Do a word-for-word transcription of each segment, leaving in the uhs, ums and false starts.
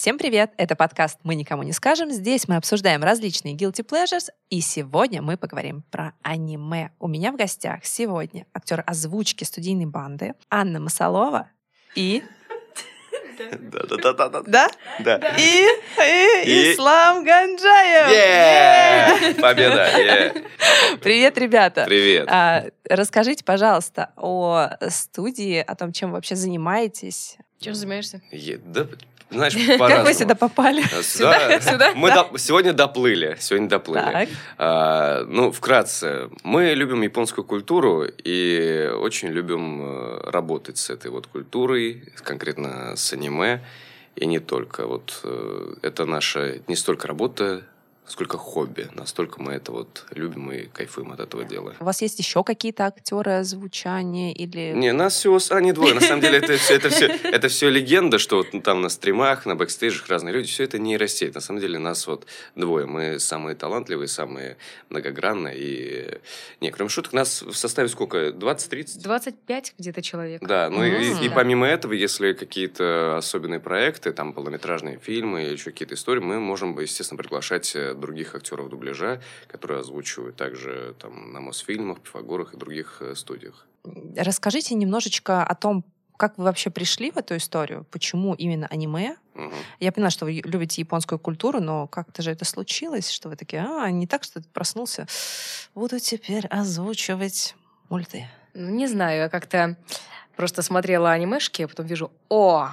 Всем привет! Это подкаст «Мы никому не скажем». Здесь мы обсуждаем различные guilty pleasures, и сегодня мы поговорим про аниме. У меня в гостях сегодня актер озвучки студийной банды Анна Масалова и... Да-да-да-да. Да? Да. И, и, И- Ислам Ганджаев! Yeah! Победа! Yeah! Привет, ребята! Привет. А, расскажите, пожалуйста, о студии, о том, чем вы вообще занимаетесь. Чем занимаешься? Е- Да, знаешь, Как по-разному. вы сюда попали? Сюда? Сюда? Мы Да. до- сегодня доплыли. Сегодня доплыли. Так. А, ну, вкратце. Мы любим японскую культуру и очень любим э, работать с этой вот культурой, конкретно с аниме. И не только. Вот э, это наша не столько работа, сколько хобби. Настолько мы это вот любим и кайфуем от этого дела. У вас есть еще какие-то актеры озвучания или... Не, нас всего... А, не двое. На самом деле, это все, это все, это все легенда, что вот там на стримах, на бэкстейджах разные люди. Все это нейросеть. На самом деле, нас вот двое. Мы самые талантливые, самые многогранные. И... Не, кроме шуток, нас в составе сколько? двадцать-тридцать? двадцать пять где-то человек. Да, ну и, и, и Да. помимо этого, если какие-то особенные проекты, там полнометражные фильмы или еще какие-то истории, мы можем, естественно, приглашать э, других актеров дубляжа, которые озвучивают также там, на Мосфильмах, Пифагорах и других э, студиях. Расскажите немножечко о том, как вы вообще пришли в эту историю, почему именно аниме. Мгм. Я понимаю, что вы любите японскую культуру, но как-то же это случилось, что вы такие, а, не так, что ты проснулся, буду теперь озвучивать мульты. Ну, не знаю, я как-то просто смотрела анимешки, а потом вижу, о,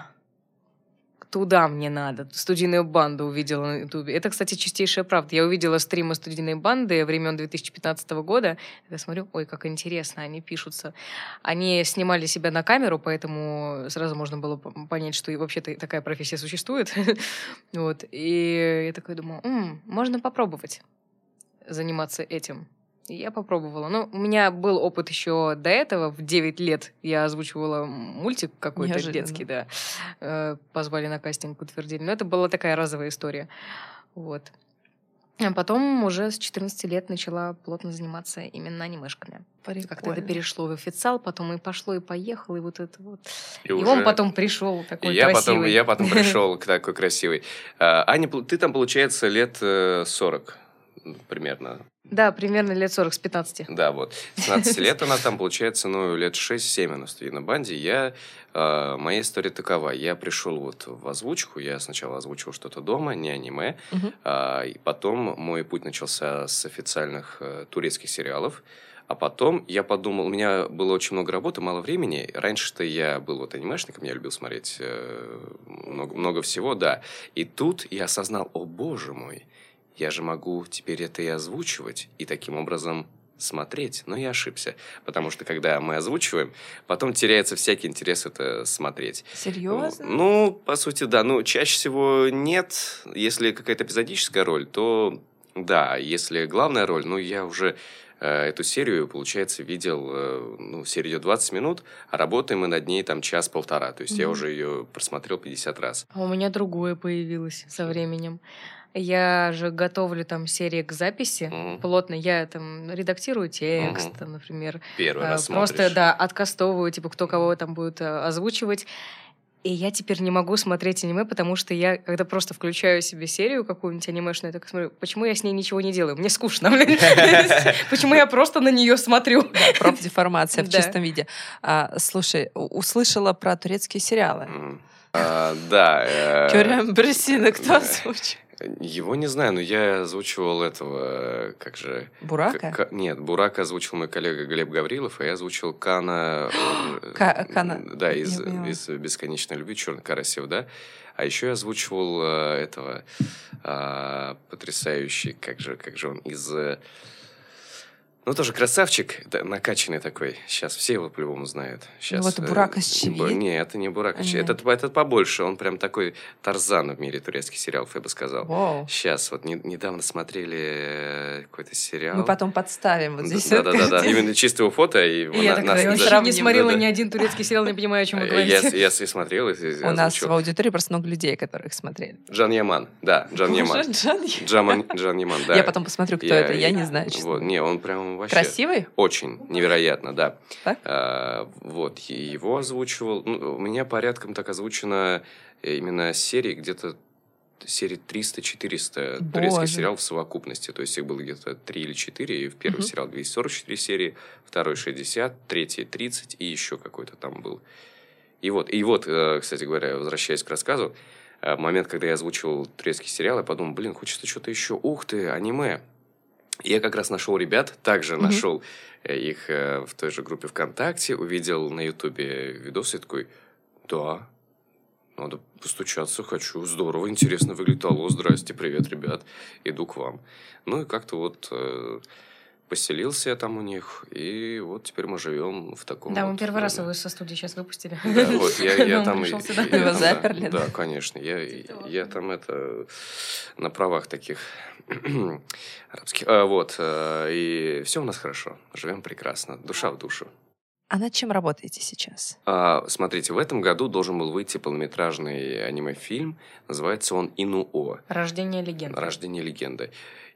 туда мне надо. Студийную банду увидела на ютубе. Это, кстати, чистейшая правда. Я увидела стримы студийной банды времен две тысячи пятнадцатого года. Я смотрю, ой, как интересно, они пишутся. Они снимали себя на камеру, поэтому сразу можно было п- понять, что и вообще-то такая профессия существует. Вот. И я такая думаю, «М, можно попробовать заниматься этим. И я попробовала. Но у меня был опыт еще до этого. В девять лет я озвучивала мультик какой-то Неожиданно. детский, да. Э, Позвали на кастинг, утвердили. Но это была такая разовая история. Вот. А потом уже с четырнадцати лет начала плотно заниматься именно анимешками. Как-то это перешло в официал, потом и пошло, и поехало, и вот это вот. И И, уже- он потом пришел И такой я потом, красивый. я потом пришел к такой красивой. А, Аня, пол- ты там, получается, лет э, сорок примерно. Да, примерно лет сорок с пятнадцати. Да, вот. С пятнадцати лет она там, получается, ну, лет шесть-семь она стоит на банде. Я, э, моя история такова. Я пришел вот в озвучку. Я сначала озвучивал что-то дома, не аниме. Мгм. А, и потом мой путь начался с официальных э, турецких сериалов. А потом я подумал, у меня было очень много работы, мало времени. Раньше-то я был вот анимешником, я любил смотреть э, много, много всего, да. И тут я осознал, о боже мой, я же могу теперь это и озвучивать, и таким образом смотреть. Но я ошибся, потому что когда мы озвучиваем, потом теряется всякий интерес это смотреть. Серьезно? Ну, по сути, да. Ну, чаще всего нет. Если какая-то эпизодическая роль, то да. Если главная роль, ну, я уже э, эту серию, получается, видел, э, ну, серия идет двадцать минут, а работаем мы над ней там час-полтора. То есть я Мгм. уже ее просмотрел пятьдесят раз. А у меня другое появилось со временем. Я же готовлю там серии к записи Мгм. плотно. Я там редактирую текст, Мгм. там, например. Первый э, раз Просто, смотришь. да, откастовываю, типа, кто кого там будет э, озвучивать. И я теперь не могу смотреть аниме, потому что я, когда просто включаю себе серию какую-нибудь анимешную, я так смотрю, почему я с ней ничего не делаю? Мне скучно. блин. Почему я просто на нее смотрю? Профдеформация в Да. чистом виде. А, слушай, у- услышала про турецкие сериалы. М. А, Да. э, Кюрем Бресина кто да. озвучил? Его не знаю, но я озвучивал этого, э, как же... Бурака? К- К- Нет, Бурака озвучил мой коллега Глеб Гаврилов, а я озвучил Кана... э, Ка- Кана. Да, Я из, поняла. из «Бесконечной любви», «Черный карасев», да. А еще я озвучивал э, этого а, потрясающий, как же, как же он, из... э, Ну, тоже красавчик, да, накачанный такой. Сейчас все его по-любому знают. Сейчас, Ну, это Бурак Озчивит? Не, это не Бурак А, Озчивит. нет. Этот, этот побольше. Он прям такой Тарзан в мире турецких сериалов, я бы сказал. Вау. Сейчас, вот не- недавно смотрели э, какой-то сериал. Мы потом подставим вот здесь. Да-да-да, вот именно чистого фото. И И я на- такая, нас- я Я да- вообще сравним. не смотрела да-да. ни один турецкий сериал, не понимаю, о чем вы Я, я, говорите. я и смотрел, и, и У нас озвучил. в аудитории просто много людей, которых смотрели. Джан Яман, да, Джан Яман. Боже, Джан Яман. Джаман- Джан Яман, да. Я потом посмотрю, кто это. Я не знаю, честно. Вот, не, он прям вообще... Красивый? Очень, невероятно, да. Так? А, вот, и его озвучивал. Ну, у меня порядком так озвучено именно серии где-то серий триста-четыреста Боже. турецких сериалов в совокупности. То есть их было где-то три или четыре. И в первый Мгм. сериал двести сорок четыре серии, второй шестьдесят, третий тридцать и еще какой-то там был. И вот, и вот, э, кстати говоря, возвращаясь к рассказу, э, момент, когда я озвучивал турецкий сериал, я подумал, блин, хочется что-то еще. Ух ты, аниме. И я как раз нашел ребят, также Мгм. нашел э, их э, в той же группе ВКонтакте, увидел на Ютубе видосы и такой, да, надо постучаться, хочу, здорово, интересно выглядит, алло, здрасте, привет, ребят, иду к вам. Ну и как-то вот э, поселился я там у них, и вот теперь мы живем в таком Да, мы вот первый раз доме. его со студии сейчас выпустили. Да, вот я, я Он там... пришел и- сюда. я Его там, да, заперли, Да, да? конечно. Я, Действительно. я там это на правах таких арабских. А, вот. э, И все у нас хорошо. Живем прекрасно. Душа в душу. А над чем работаете сейчас? А, смотрите, в этом году должен был выйти полнометражный аниме-фильм. Называется он «Инуо. Рождение легенды. Рождение легенды».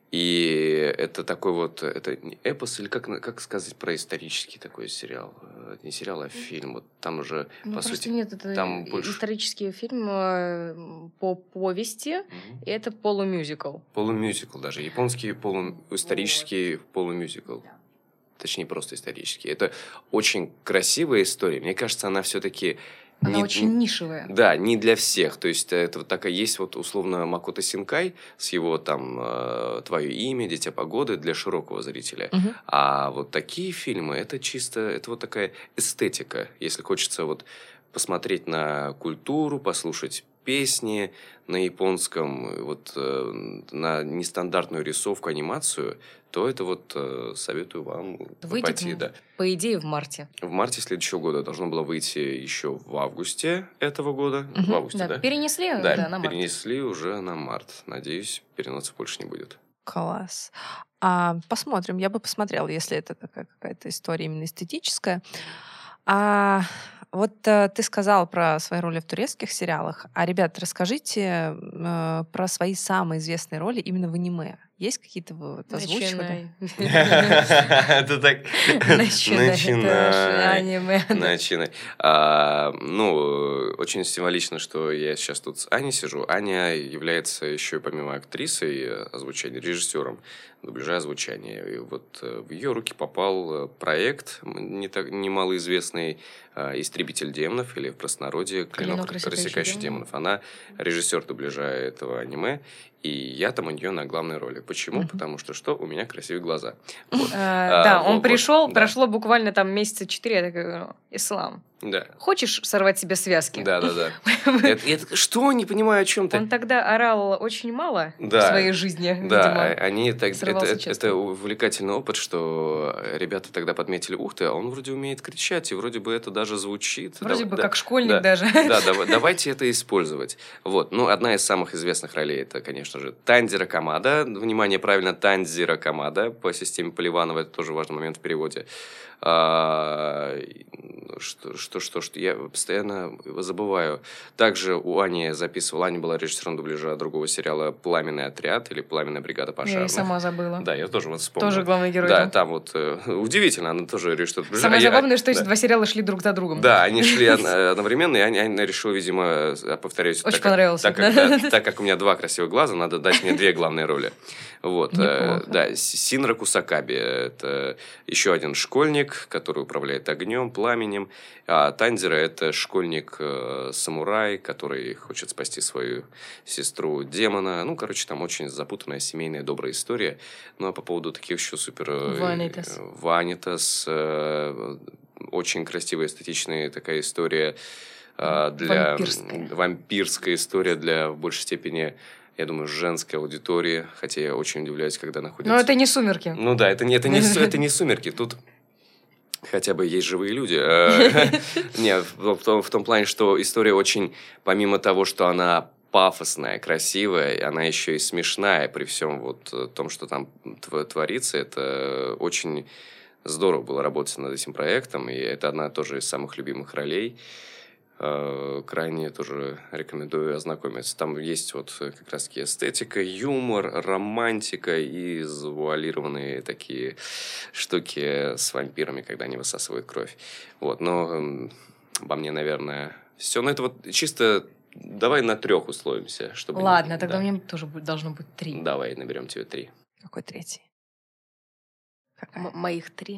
И это такой вот, это не эпос, или как, на- как сказать про исторический такой сериал? Э, Не сериал, а фильм. Вот там уже, Ну, по просто сути... нет, это там и- больше- исторический фильм э, по повести, Мгм. и это полумюзикл. Полумюзикл даже. Японский полу... исторический полумюзикл. Точнее, просто исторический. Это очень красивая история. Мне кажется, она все-таки... Она очень нишевая. Да, не для всех. То есть, это вот такая есть вот условно Макото Синкай с его там э, «Твое имя», «Дитя погоды» для широкого зрителя. Мгм. А вот такие фильмы, это чисто, это вот такая эстетика. Если хочется вот посмотреть на культуру, послушать песни на японском, вот э, на нестандартную рисовку, анимацию, то это вот э, советую вам Выйдет, пойти, м, да. по идее, в марте. В марте следующего года должно было выйти еще в августе этого года. Мгм. В августе, Да, да? перенесли Да, да, на март. перенесли уже на март. Надеюсь, переноса больше не будет. Класс. А, посмотрим. Я бы посмотрела, если это такая какая-то история именно эстетическая. А вот э, ты сказал про свои роли в турецких сериалах. А, ребят, расскажите э, про свои самые известные роли именно в аниме. Есть какие-то вы вот озвучивали? Начинай. Это так... Начинай. Это ж аниме. Начинай. А, ну, очень символично, что я сейчас тут с Аней сижу. Аня является еще помимо актрисой озвучания, режиссером дубляжа озвучания. И вот э, в ее руки попал э, проект, не так, немалоизвестный э, «Истребитель демонов» или в простонародье «Клинок, «Клинок, рассекающий рассекающий демонов». демонов». Она режиссер дубляжа этого аниме, и я там у нее на главной роли. Почему? Мгм. Потому что что? У меня красивые глаза. Вот. Э, А, Да, вот, он вот, пришел, да. прошло буквально там месяца четыре, я такая говорю, Ислам, Да. хочешь сорвать себе связки? Да, да, да. Это- это- Что? Не понимаю, о чем ты. Он тогда орал очень мало в Да. своей жизни, Да, видимо. а- они так, это, срывался это, часто. это увлекательный опыт, что ребята тогда подметили, ух ты, а он вроде умеет кричать, и вроде бы это даже звучит. Вроде Да- бы да, как школьник да, даже. Да, дав- давайте это использовать. Вот, ну, одна из самых известных ролей, это, конечно же, Танзира Камада. Внимание, правильно, Танзира Камада по системе Поливанова, это тоже важный момент в переводе. А, что, что, что, что, я постоянно забываю. Также у Ани записывал, Аня была режиссером дубляжа другого сериала «Пламенный отряд» или «Пламенная бригада Я и пожарных». сама забыла. Да, я тоже вот вспомнил. Тоже главный герой Да, там. там вот э, удивительно, она тоже режиссер дубляжа. Самое А я- забавное, что эти да. два сериала шли друг за другом. Да, они шли од- одновременно, и Аня, Аня решила, видимо, э, повторюсь, Очень так, как- понравился. так, как, да, так как у меня два красивых глаза, надо дать мне две главные роли. Вот, э, Неплохо. да, С- Синра Кусакаби, это еще один школьник, который управляет огнем, пламенем, а Танзира это школьник-самурай, который хочет спасти свою сестру демона. Ну, короче, там очень запутанная семейная добрая история. Ну, а по поводу таких еще супер... э, Ванитас. Ванитас, э, очень красивая, эстетичная такая история э, для... Вампирская. Вампирская история для, в большей степени, я думаю, женской аудитории. Хотя я очень удивляюсь, когда находится... Но это не «Сумерки». Ну да, это не, это не, су- это не «Сумерки». Тут хотя бы есть живые люди. Э, Не, в том, в том плане, что история очень, помимо того, что она пафосная, красивая, она еще и смешная при всем вот э, том, что там тв- творится. Это очень здорово было работать над этим проектом, и это одна тоже из самых любимых ролей. Э, Крайне тоже рекомендую ознакомиться. Там есть вот э, как раз-таки эстетика, юмор, романтика и завуалированные такие штуки с вампирами, когда они высасывают кровь. Вот, но эм, обо мне, наверное, все. Но это вот чисто давай на трех условимся, чтобы... Ладно, не- тогда да. у меня тоже будет- должно быть три. Давай, наберем тебе три. Какой третий? Какая? М- моих три.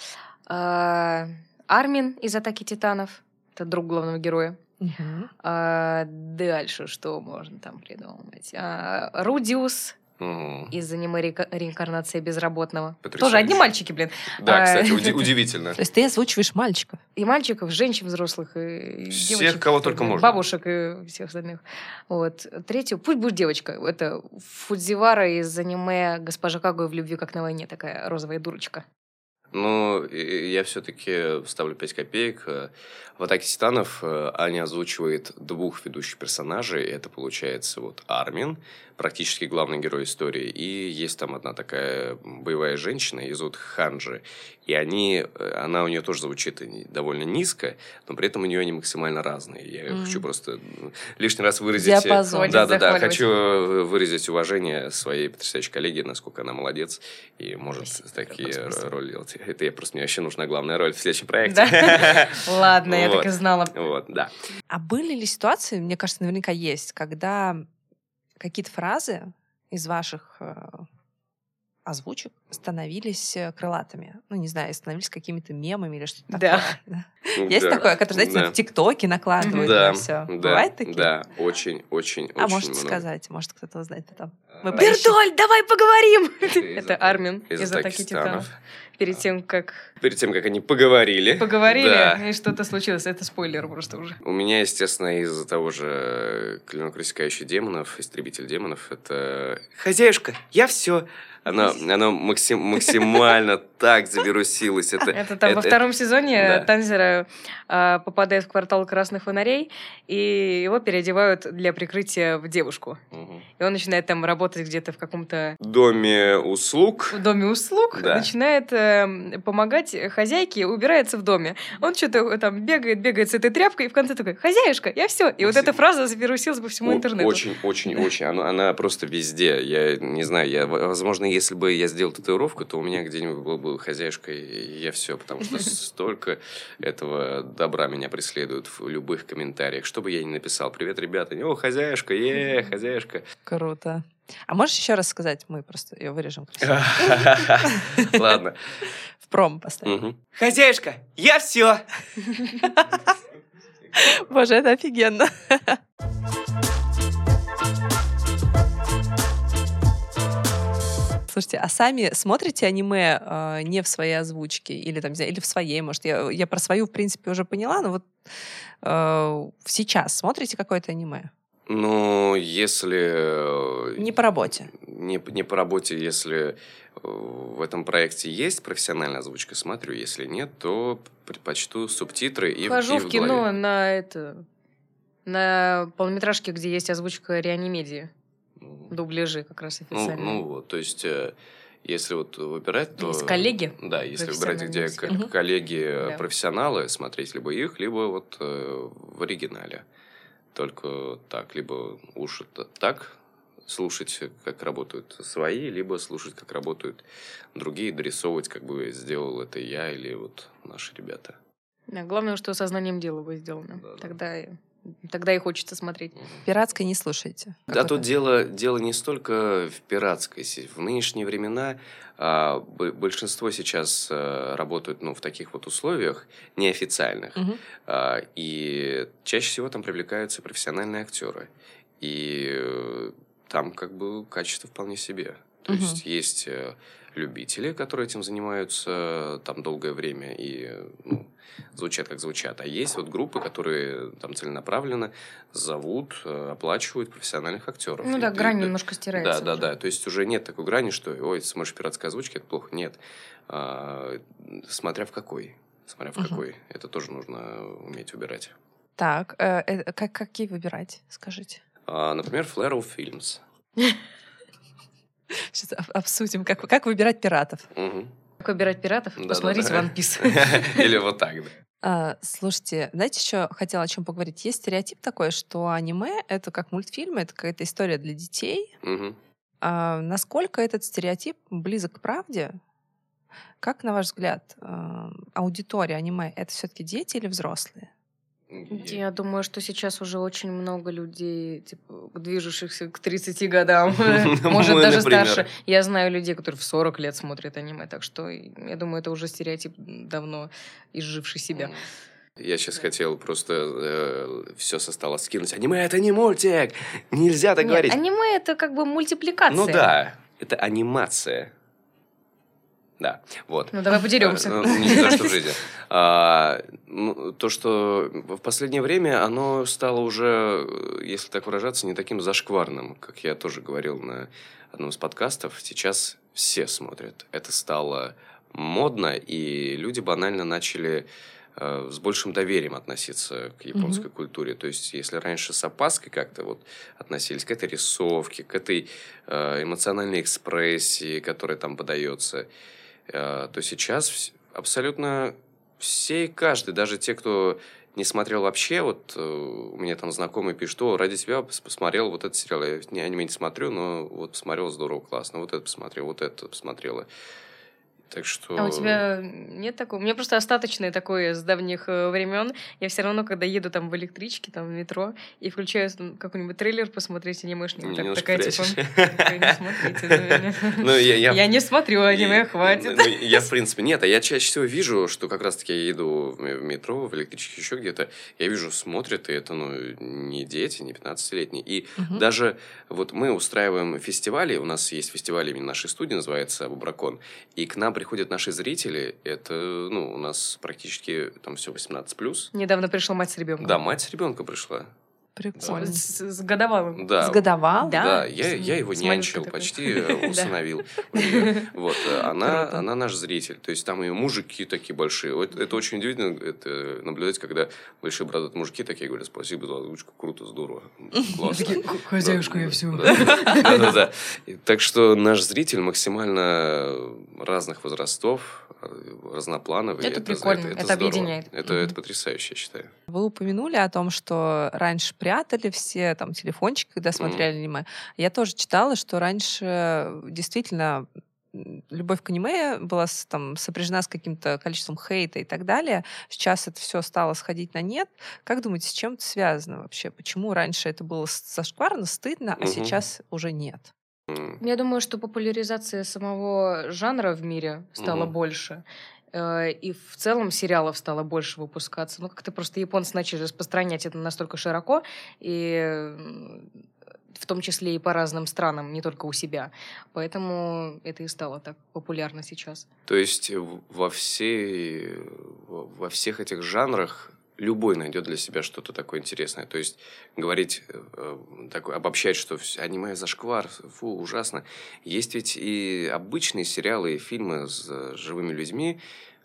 А, Армин из «Атаки титанов». Это друг главного героя. Мгм. А, дальше что можно там придумать? А, Рудиус Мгм. из аниме «Река- «Реинкарнация безработного». Тоже Потрясающе. одни мальчики, блин. Да, А, кстати, уди- удивительно. То есть ты озвучиваешь мальчиков? И мальчиков, женщин взрослых, и Всех, девочек, кого и только можно. бабушек и всех остальных. Вот. Третью, пусть будет девочка. Это Фудзивара из аниме «Госпожа Кагуя в любви как на войне». Такая розовая дурочка. Ну, и- я все-таки вставлю пять копеек. Э, В «Атаке титанов» э, Аня озвучивает двух ведущих персонажей. Это, получается, вот Армин, практически главный герой истории. И есть там одна такая боевая женщина, ее зовут Ханджи. И они, э, она у нее тоже звучит и довольно низко, но при этом у нее они максимально разные. Я Мгм. хочу просто ну, лишний раз выразить... Диапазон. Хватит Да-да-да, захваливать. хочу э, выразить уважение своей потрясающей коллеге, насколько она молодец и может Спасибо. такие Спасибо. роли делать. Это я просто, мне вообще нужна главная роль в следующем проекте. Да? Ладно, я так Вот. и знала. Вот, да. А были ли ситуации, мне кажется, наверняка есть, когда какие-то фразы из ваших э, озвучек становились э, крылатыми? Ну, не знаю, становились какими-то мемами или что-то Да. такое. Да. Есть Да, такое, которое, знаете, да. в ТикТоке накладывают Да, на все. да, Бывает такие? Да, очень, очень, А очень можете много. сказать, может, кто-то узнает потом. Мы А, поищем. Бертоль, давай поговорим! Это из Это «Атаки- Армин из из «Атаки «Атаки титанов». титанов». Перед тем, как Перед тем, как они поговорили. поговорили, Да. и что-то случилось. Это спойлер просто уже. У меня, естественно, из-за того же «Клинок рассекающий демонов», «Истребитель демонов», это «Хозяюшка, я все». Оно, оно максим, максимально так завирусилось. Это, Это там во втором сезоне да. Танзера а, попадает в квартал красных фонарей, и его переодевают для прикрытия в девушку. Мгм. И он начинает там работать где-то в каком-то Доме услуг. в доме услуг, Да. начинает э, помогать хозяйке, убирается в доме. Он что-то там бегает, бегает с этой тряпкой, и в конце такой: «Хозяюшка, я все». И вот Максим. эта фраза завирусилась по всему О- интернету. Очень, очень, очень. Она, она просто везде. Я не знаю, я, возможно, если бы я сделал татуировку, то у меня где-нибудь был бы хозяюшка, и я все, потому что столько этого добра меня преследует в любых комментариях. Что бы я ни написал: «Привет, ребята!» «О, хозяюшка, е, хозяюшка!» Круто. А можешь еще раз сказать? Мы просто ее вырежем красиво. Ладно. В пром поставим. Мгм. «Хозяюшка, я все!» Боже, это офигенно. Слушайте, а сами смотрите аниме э, не в своей озвучке или там, не знаю, или в своей, может, я, я про свою, в принципе, уже поняла, но вот э, сейчас смотрите какое-то аниме? Ну, если... э, Не по работе. Не, не по работе, если э, в этом проекте есть профессиональная озвучка, смотрю. Если нет, то предпочту субтитры и, в- Хожу и в в кино голове. на это на полнометражке, где есть озвучка реанимедии. Ну, Дубляжи как раз ну, официальные. ну вот, то есть, э, если вот выбирать, то... Есть коллеги Да, если выбирать, где профессиональные ко- все. коллеги-профессионалы, смотреть либо их, либо вот э, в оригинале. Только так, либо уж это так слушать, как работают свои, либо слушать, как работают другие, дорисовывать, как бы сделал это я или вот наши ребята. Да, главное, что сознанием дела будет сделано. Да-да. Тогда, и- тогда и хочется смотреть. Пиратской не слушайте. Да, Какой-то. тут дело, дело не столько в пиратской. Си- В нынешние времена а, б- большинство сейчас а, работают ну, в таких вот условиях неофициальных. Мгм. А, и чаще всего там привлекаются профессиональные актеры. И э, там как бы качество вполне себе. То Мгм. есть есть э, любители, которые этим занимаются там долгое время и э, ну, звучат как звучат. А есть вот группы, которые там целенаправленно зовут, э, оплачивают профессиональных актеров. Ну И да, ты- грань да, немножко стирается. да, да, уже. да. То есть уже нет такой грани, что ой, смотришь пиратской озвучки, это плохо. Нет. А, смотря в какой. Смотря в Мгм. какой. Это тоже нужно уметь выбирать. Так, э, э, как, какие выбирать, скажите? А, например, Flare of Films. Сейчас об- обсудим, как, как выбирать пиратов. Мгм. Как выбирать пиратов? Да-да-да. Посмотрите One Piece. Или вот так, да. А, слушайте, знаете, еще хотела о чем поговорить? Есть стереотип такой, что аниме — это как мультфильмы, это какая-то история для детей. Мгм. А насколько этот стереотип близок к правде? Как, на ваш взгляд, а, аудитория аниме — это все-таки дети или взрослые? Я думаю, что сейчас уже очень много людей, типа, движущихся к тридцати годам, может, Мы, даже например. старше. Я знаю людей, которые в сорок лет смотрят аниме, так что я думаю, это уже стереотип давно изживший себя. Я сейчас хотел просто э, все со стола скинуть. Аниме — это не мультик! Нельзя так Нет, говорить. аниме — это как бы мультипликация. Ну да, это анимация. Да, вот. Ну, давай подеремся. А, ну, ни за что в жизни. А, ну, то, что в последнее время оно стало уже, если так выражаться, не таким зашкварным, как я тоже говорил на одном из подкастов. Сейчас все смотрят. Это стало модно, и люди банально начали э, с большим доверием относиться к японской mm-hmm. культуре. То есть, если раньше с опаской как-то вот относились к этой рисовке, к этой э, эмоциональной экспрессии, которая там подается, то сейчас абсолютно все и каждый, даже те, кто не смотрел вообще, вот у меня там знакомые пишут, что ради тебя посмотрел вот этот сериал. Я не аниме не смотрю, но вот посмотрел, здорово, классно. Вот это посмотрел, вот это посмотрела. Так что... А у тебя нет такого? У меня просто остаточное такое с давних э, времен. Я все равно, когда еду там в электричке, там в метро, и включаю там, какой-нибудь трейлер посмотреть анимешный, так, такая типа, не смотрите на меня. Я не смотрю аниме, хватит. Я, в принципе, нет, а я чаще всего вижу, что как раз-таки я еду в метро, в электричке, еще где-то, я вижу, смотрят, и это, ну, не дети, не пятнадцатилетние. И даже вот мы устраиваем фестивали, у нас есть фестиваль именно нашей студии, называется «Бабракон», и к нам приходят наши зрители, это, ну, у нас практически там все восемнадцать плюс. Недавно пришла мать с ребенком. Да, мать с ребенком пришла. Прикольно. С, с годовалым. Да. С годовалым? Да, Да. я, я его С нянчил, такой. почти усыновил. Вот, она, она наш зритель. То есть там и мужики такие большие. Вот это очень удивительно это наблюдать, когда большие бородатые мужики такие говорят: спасибо за озвучку, круто, здорово, классно. Хозяюшка, я все. Да-да-да. Так что наш зритель максимально разных возрастов, разноплановый. Это прикольно, это объединяет. Это это потрясающе, я считаю. Вы упомянули о том, что раньше прятали все там телефончики, когда смотрели mm. аниме. Я тоже читала, что раньше действительно любовь к аниме была там сопряжена с каким-то количеством хейта и так далее. Сейчас это все стало сходить на нет. Как думаете, с чем это связано вообще? Почему раньше это было зашкварно, стыдно, а mm-hmm. сейчас уже нет? Я думаю, что популяризация самого жанра в мире стала mm-hmm. больше. И в целом сериалов стало больше выпускаться. Ну, как-то просто японцы начали распространять это настолько широко, и в том числе и по разным странам, не только у себя. Поэтому это и стало так популярно сейчас. То есть во, всей, во всех этих жанрах любой найдет для себя что-то такое интересное. То есть говорить, такое, обобщать, что аниме зашквар, фу, ужасно. Есть ведь и обычные сериалы, и фильмы с живыми людьми,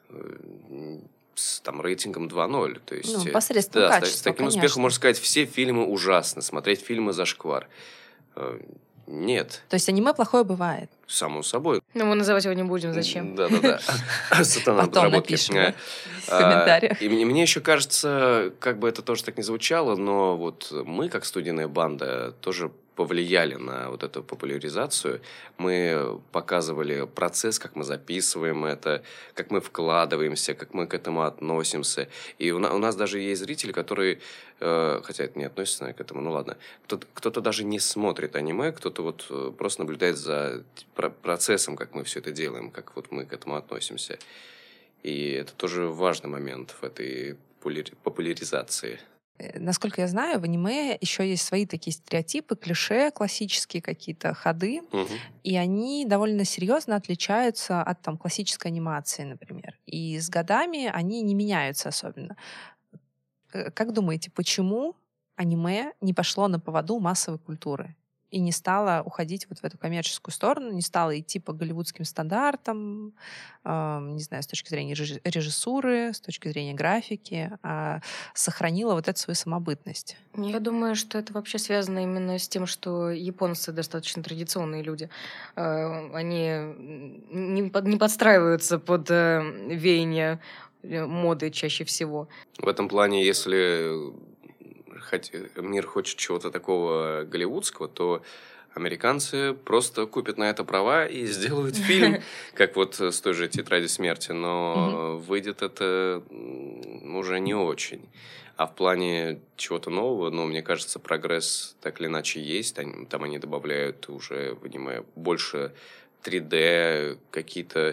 с там, рейтингом два ноль. То есть, ну, посредством да, качества, с таким конечно. успехом можно сказать, все фильмы ужасны, смотреть фильмы зашквар. Нет. То есть аниме плохое бывает? Само собой. Ну, мы называть его не будем, зачем? Да-да-да. Сатана на подработке. Потом напишем в комментариях. И мне еще кажется, как бы это тоже так не звучало, но вот мы, как студийная банда, тоже повлияли на вот эту популяризацию. Мы показывали процесс, как мы записываем это, как мы вкладываемся, как мы к этому относимся. И у, на, у нас даже есть зрители, которые, э, хотя это не относится наверное, к этому, ну ладно, кто-то, кто-то даже не смотрит аниме, кто-то вот просто наблюдает за процессом, как мы все это делаем, как вот мы к этому относимся. И это тоже важный момент в этой популяризации. Насколько я знаю, в аниме еще есть свои такие стереотипы, клише, классические какие-то ходы, угу. и они довольно серьезно отличаются от там, классической анимации, например. И с годами они не меняются особенно. Как думаете, почему аниме не пошло на поводу массовой культуры и не стало уходить вот в эту коммерческую сторону, не стало идти по голливудским стандартам, э, не знаю, с точки зрения режиссуры, с точки зрения графики, а сохранило вот эту свою самобытность? Я думаю, что это вообще связано именно с тем, что японцы достаточно традиционные люди. Э, они не подстраиваются под веяние моды чаще всего. В этом плане, если... мир хочет чего-то такого голливудского, то американцы просто купят на это права и сделают фильм, как вот с той же «Тетради смерти», но выйдет это уже не очень. А в плане чего-то нового, ну, мне кажется, прогресс так или иначе есть. Там они добавляют уже в аниме больше три дэ, какие-то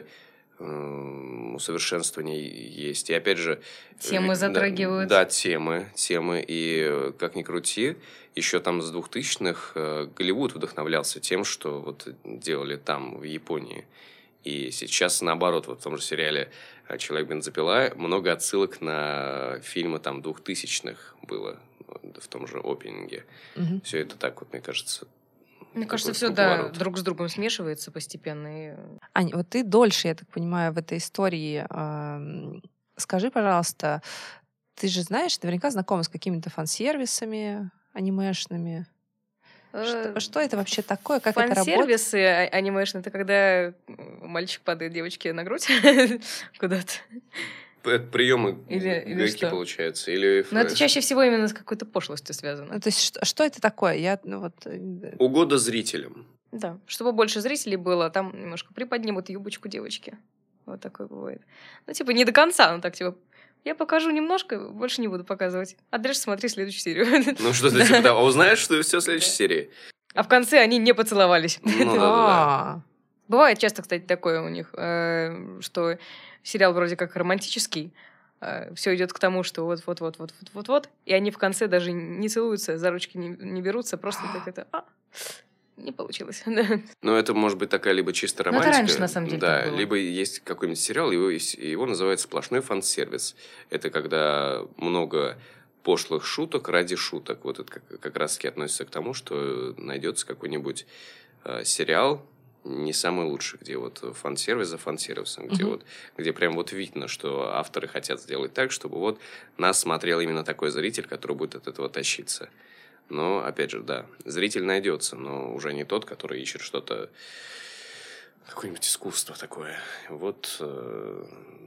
э, усовершенствования есть. И опять же... Темы э, затрагивают. Да, да, темы, темы. И как ни крути, еще там с двухтысячных э, Голливуд вдохновлялся тем, что вот делали там, в Японии. И сейчас наоборот, вот в том же сериале «Человек-бензопила» много отсылок на фильмы там двухтысячных было в том же опенинге. Угу. Все это так вот, мне кажется... Мне кажется, все, да, друг с другом смешивается постепенно. И... Ань, вот ты дольше, я так понимаю, в этой истории. Э, скажи, пожалуйста, ты же знаешь, наверняка знакома с какими-то фан-сервисами анимешными. Что, что это вообще такое? Как это работает? Фан-сервисы анимешные — это когда мальчик падает девочке на грудь куда-то. Это приемы гайки, получается? Или... Но это чаще всего именно с какой-то пошлостью связано. Ну, то есть что, что это такое? Я, ну, вот... Угода зрителям. Да, чтобы больше зрителей было, там немножко приподнимут юбочку девочки. Вот такое бывает. Ну, типа, не до конца, но так, типа... Я покажу немножко, больше не буду показывать. А дальше смотри следующую серию. Ну что ты, типа, да, узнаешь, что все в следующей серии. А в конце они не поцеловались. Ну, да, да. Бывает часто, кстати, такое у них, что сериал вроде как романтический, все идет к тому, что вот-вот-вот-вот-вот-вот, и они в конце даже не целуются, за ручки не, не берутся, просто так это... А, не получилось. Ну, это может быть такая либо чисто романтика. Ну, это раньше, на самом деле, да, либо есть какой-нибудь сериал, его, его называют сплошной фан-сервис. Это когда много пошлых шуток ради шуток. Вот это как, как раз-таки относится к тому, что найдется какой-нибудь э, сериал, не самый лучший, где вот фан-сервис за фан-сервисом, где, uh-huh. вот, где прям вот видно, что авторы хотят сделать так, чтобы вот нас смотрел именно такой зритель, который будет от этого тащиться. Но, опять же, да, зритель найдется, но уже не тот, который ищет что-то, какое-нибудь искусство такое. Вот... Э,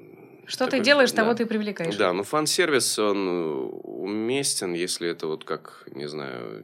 что такой, ты делаешь, да. того ты привлекаешь. Да, но фан-сервис, он уместен, если это вот как, не знаю,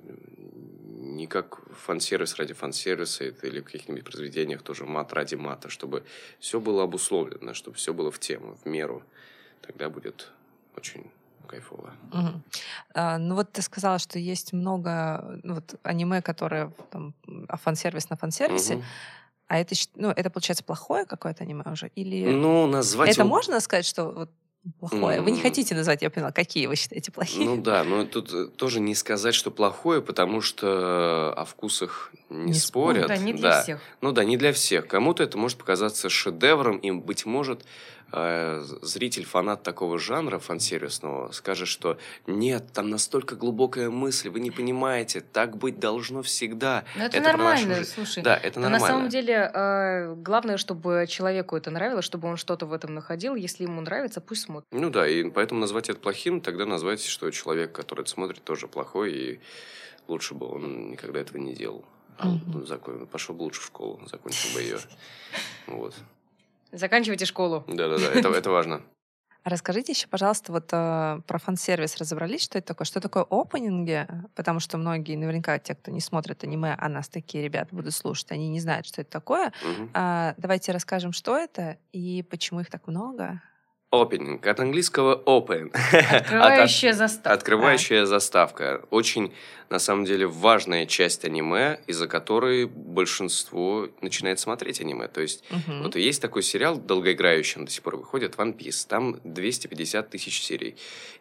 не как фан-сервис ради фан-сервиса или в каких-нибудь произведениях тоже мат ради мата, чтобы все было обусловлено, чтобы все было в тему, в меру. Тогда будет очень... кайфово. Угу. А, ну вот ты сказала, что есть много ну, вот, аниме, которые там, фан-сервис на фан-сервисе. Угу. А это, ну, это, получается, плохое какое-то аниме уже? Или ну, назвать это его... можно сказать, что вот, плохое? Mm. Вы не хотите назвать, я поняла, какие вы считаете плохие? Ну да, но тут тоже не сказать, что плохое, потому что о вкусах не, не спорят. Да, не для да. всех. Ну да, не для всех. Кому-то это может показаться шедевром, и, быть может, зритель, фанат такого жанра фан-сервисного скажет, что нет, там настолько глубокая мысль, вы не понимаете, так быть должно всегда. Но это, это нормально, слушай. Да, это Но нормально. На самом деле, э, главное, чтобы человеку это нравилось, чтобы он что-то в этом находил. Если ему нравится, пусть смотрит. Ну да, и поэтому назвать это плохим, тогда назвать, что человек, который это смотрит, тоже плохой, и лучше бы он никогда этого не делал. Mm-hmm. Закон... Пошел бы лучше в школу, закончил бы ее. Вот. Заканчивайте школу. Да-да-да, это, это важно. Расскажите еще, пожалуйста, вот э, про фан-сервис разобрались, что это такое? Что такое опенинги? Потому что многие, наверняка, те, кто не смотрит аниме, а нас такие ребята будут слушать, они не знают, что это такое. Угу. А, давайте расскажем, что это и почему их так много. Опенинг. От английского open. Открывающая от, заставка. Открывающая а. заставка. Очень, на самом деле, важная часть аниме, из-за которой большинство начинает смотреть аниме. То есть, uh-huh. вот есть такой сериал долгоиграющий, он до сих пор выходит, One Piece. Там двести пятьдесят тысяч серий.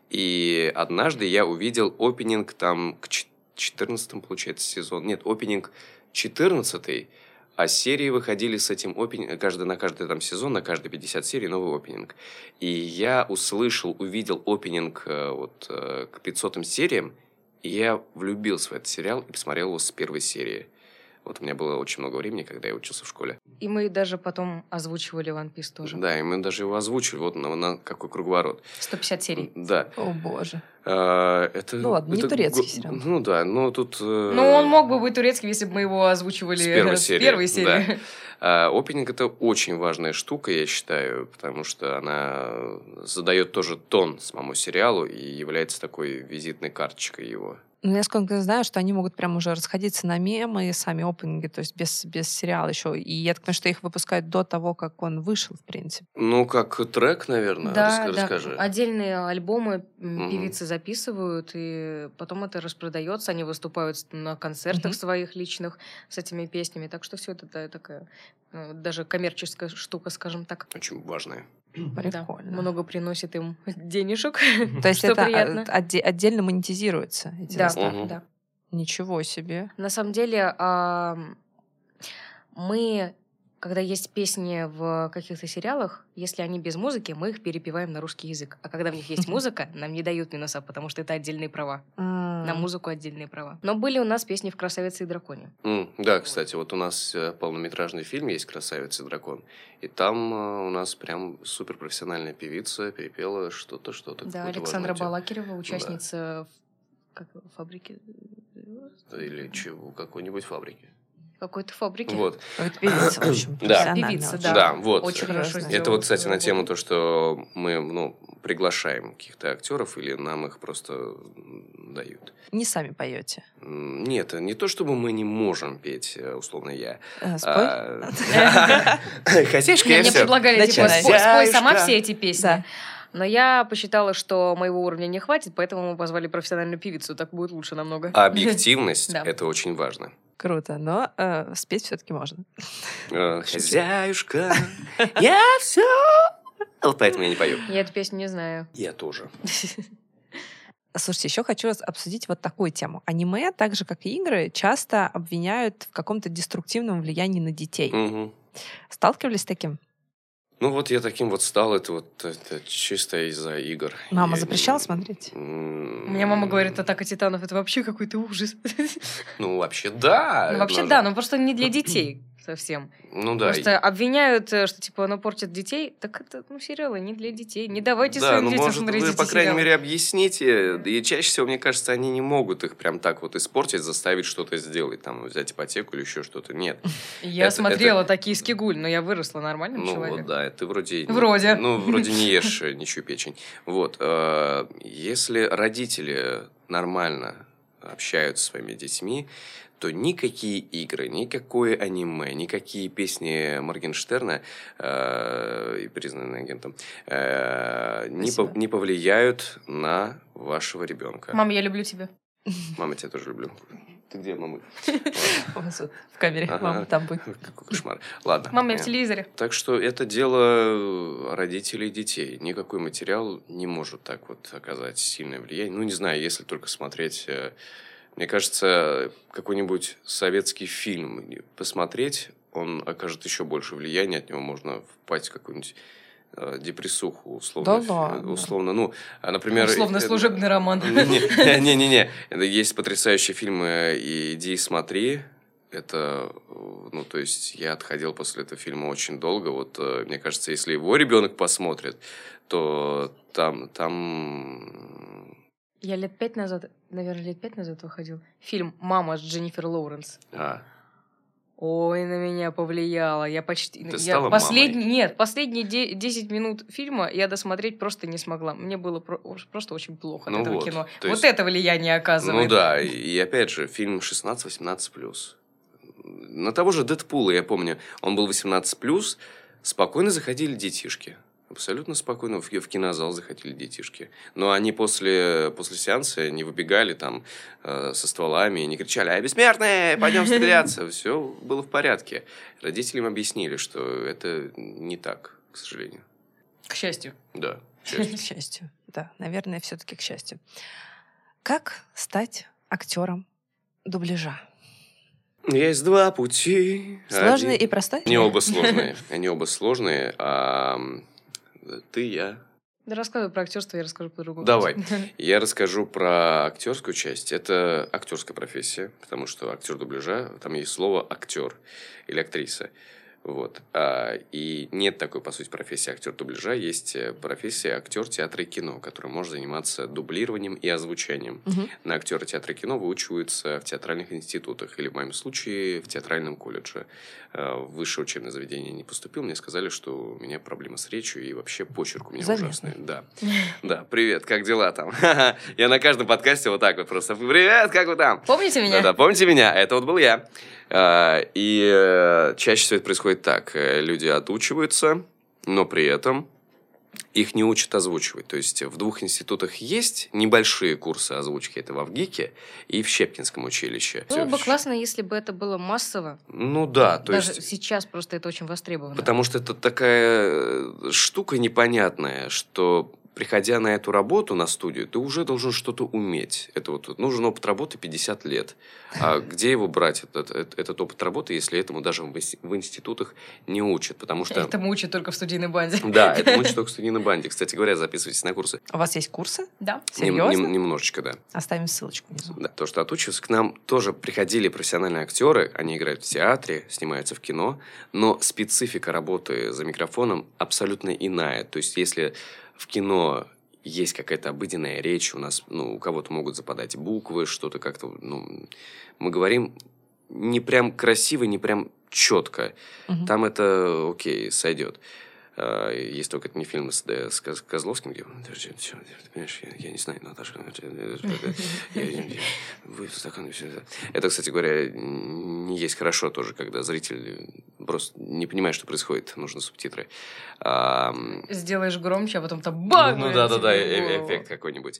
И однажды я увидел опенинг там к четырнадцатому, получается, сезон. Нет, опенинг четырнадцатый. А серии выходили с этим опенингом, каждый, на каждый там сезон, на каждые пятьдесят серий новый опенинг. И я услышал, увидел опенинг вот, к пятисотым сериям, и я влюбился в этот сериал и посмотрел его с первой серии. Вот у меня было очень много времени, когда я учился в школе. И мы даже потом озвучивали One Piece тоже. Да, и мы даже его озвучили, вот на, на какой круговорот. сто пятьдесят серий. Да. О, боже. А, это, ну ладно, это, не турецкий сериал. Ну да, но тут... Ну он мог бы быть турецким, если бы мы его озвучивали с первой серии. С первой серии. Да. А, опенинг — это очень важная штука, я считаю, потому что она задает тоже тон самому сериалу и является такой визитной карточкой его. Ну, я сколько знаю, что они могут прям уже расходиться на мемы, сами опенинги, то есть без, без сериала еще. И я так понимаю, что их выпускают до того, как он вышел, в принципе. Ну, как трек, наверное, Да, Рас- да, расскажи. отдельные альбомы м, Мгм. певицы записывают, и потом это распродается, они выступают с- на концертах Мгм. своих личных с этими песнями, так что все это та- такая э, даже коммерческая штука, скажем так. Очень важное. Да, Прикольно. много приносит им денежек, То есть что это приятно. а, отде- отдельно монетизируется, эти Да, заставки? Мгм. да. Ничего себе. На самом деле, ам, мы, когда есть песни в каких-то сериалах, если они без музыки, мы их перепеваем на русский язык. А когда в них есть музыка, нам не дают минуса, потому что это отдельные права. На А, музыку отдельные права. Но были у нас песни в «Красавице и драконе». М, Да, кстати, вот у нас э, полнометражный фильм есть «Красавица и дракон», и там э, у нас прям суперпрофессиональная певица перепела что-то, что-то. Да, какую-то Александра важную тему. Балакирева, участница в- как, фабрики... Или чего, какой-нибудь фабрики. Какой-то фабрики. Вот. это певица, в общем, Да. профессиональная Певица, очень. да. Да, вот. Очень хорошо Серьезно. сделала Это вот, кстати, свою на тему работу. то, что мы, ну, приглашаем каких-то актеров или нам их просто м, дают. Не сами поете. М, Нет, не то, чтобы мы не можем петь, э, условно я. Э, спой. А, Хозяюшка, Не, я мне все. предлагали, типа, Начинай. спой, спой сама Хозяюшка. все эти песни. Да. Но я посчитала, что моего уровня не хватит, поэтому мы позвали профессиональную певицу. Так будет лучше намного. Объективность Да. – это очень важно. Круто, но э, спеть все-таки можно. Э, Хозяюшка, я все. Вот поэтому я не пою. Я эту песню не знаю. Я тоже. Слушайте, еще хочу обсудить вот такую тему. Аниме, так же как и игры, часто обвиняют в каком-то деструктивном влиянии на детей. Мгм. Сталкивались с таким? Ну вот я таким вот стал, это вот это чисто из-за игр. Мама Я запрещала не- смотреть? М, У меня мама говорит, «Атака титанов» — это вообще какой-то ужас. Ну, вообще, да. Ну, вообще, но- да, но просто не для детей совсем. Ну, да. Просто обвиняют, э, что, типа, оно портит детей. Так это, ну, сериалы не для детей. Не давайте Да, своим ну, детям может, смотреть вы, эти по крайней сериалы. мере, объясните. И чаще всего, мне кажется, они не могут их прям так вот испортить, заставить что-то сделать, там, взять ипотеку или еще что-то. Нет. Я это- смотрела «Токийский гуль», но я выросла нормальным Ну, человеком. вот, да, ты вроде... не- Вроде. Ну, вроде не ешь э, ничью печень. Вот. э, Если родители нормально общаются со своими детьми, то никакие игры, никакое аниме, никакие песни Моргенштерна, э, и признанный агентом, э, не, Спасибо. пов- не повлияют на вашего ребенка. Мам, я люблю тебя. Мама, тебя тоже люблю. Ты где, мама? У вас вот в камере, Ага. мама там будет. Какой кошмар. Ладно. Мам, я в Э, телевизоре. Так что это дело родителей и детей. Никакой материал не может так вот оказать сильное влияние. Ну, не знаю, если только смотреть... э, Мне кажется, какой-нибудь советский фильм посмотреть, он окажет еще больше влияния, от него можно впасть в какую-нибудь э, депрессуху, условно. Да ладно. Условно, ну, а, например... Условно э, служебный роман. Не-не-не. Есть потрясающий фильм э, «Иди и смотри». Это, э, ну, то есть, я отходил после этого фильма очень долго. Вот, э, мне кажется, если его ребенок посмотрит, то там, там... Я лет пять назад, наверное, лет пять назад выходил фильм «Мама» с Дженнифер Лоуренс. А, Ой, на меня повлияло. Я почти... Ты я стала последний... Нет, последние де- десять минут фильма я досмотреть просто не смогла. Мне было про- просто очень плохо от Ну этого вот, кино. то Вот есть- это влияние оказывает. ну да, и, и опять же, фильм шестнадцать-восемнадцать плюс. На того же Дэдпула, я помню, он был восемнадцать плюс, спокойно заходили детишки. Абсолютно спокойно в, в кинозал заходили детишки. Но они после, после сеанса не выбегали там э, со стволами и не кричали: «Ай, бессмертные, пойдем стреляться!» Все было в порядке. Родителям объяснили, что это не так, к сожалению. К счастью. Да, к К счастью. счастью. Да, наверное, все-таки к счастью. Как стать актером дубляжа? Есть два пути. Сложный Один- и простой? Они оба сложные. Они оба сложные. А ты, я. Да рассказывай про актерство, я расскажу по-другому. Давай. Я расскажу про актерскую часть. Это актерская профессия, потому что актер дубляжа, там есть слово актер или актриса. Вот. А, и нет такой, по сути, профессии актер дубляжа. Есть профессия актер театра и кино, который может заниматься дублированием и озвучанием. Мгм. На актера театра и кино выучиваются в театральных институтах. Или, в моем случае, в театральном колледже. А, в высшее учебное заведение не поступил. Мне сказали, что у меня проблема с речью и вообще почерк у меня Заметно. ужасный. Да. Да, привет, как дела там? Я на каждом подкасте вот так вот просто: привет, как вы там? Помните меня? Да-да, помните меня? Это вот был я. А, И э, чаще всего это происходит так. Э, Люди отучиваются, но при этом их не учат озвучивать. То есть в двух институтах есть небольшие курсы озвучки. Это в ВГИКе и в Щепкинском училище. Было бы Всё- классно, если бы это было массово. Ну да, то Даже есть... сейчас просто это очень востребовано. Потому что это такая э, штука непонятная, что, приходя на эту работу, на студию, ты уже должен что-то уметь. Это вот нужен опыт работы пятьдесят лет. А где его брать, этот, этот, этот опыт работы, если этому даже в ис- в институтах не учат? Потому что... Этому учат только в студийной банде. Да, это учат только в студийной банде. Кстати говоря, записывайтесь на курсы. У вас есть курсы? Да. Нем- Серьезно? нем- немножечко, да. Оставим ссылочку внизу. Да, то, что отучиваются, к нам тоже приходили профессиональные актеры, они играют в театре, снимаются в кино, но специфика работы за микрофоном абсолютно иная. То есть, если в кино есть какая-то обыденная речь, у нас, ну, у кого-то могут западать буквы, что-то как-то, ну, мы говорим не прям красиво, не прям четко. Мгм. Там это, окей, сойдет. А, Есть только это не фильм с, Д- с Коз- Козловским, где... Подожди, всё, ты понимаешь, я, я не знаю, Наташа... я- я- я- вы в стакан, всё это. Это, кстати говоря, не есть хорошо тоже, когда зритель просто не понимает, что происходит. Нужны субтитры. А, Сделаешь громче, а потом-то ну, бах! ну да, да, да, тебе в э- голову. эффект какой-нибудь.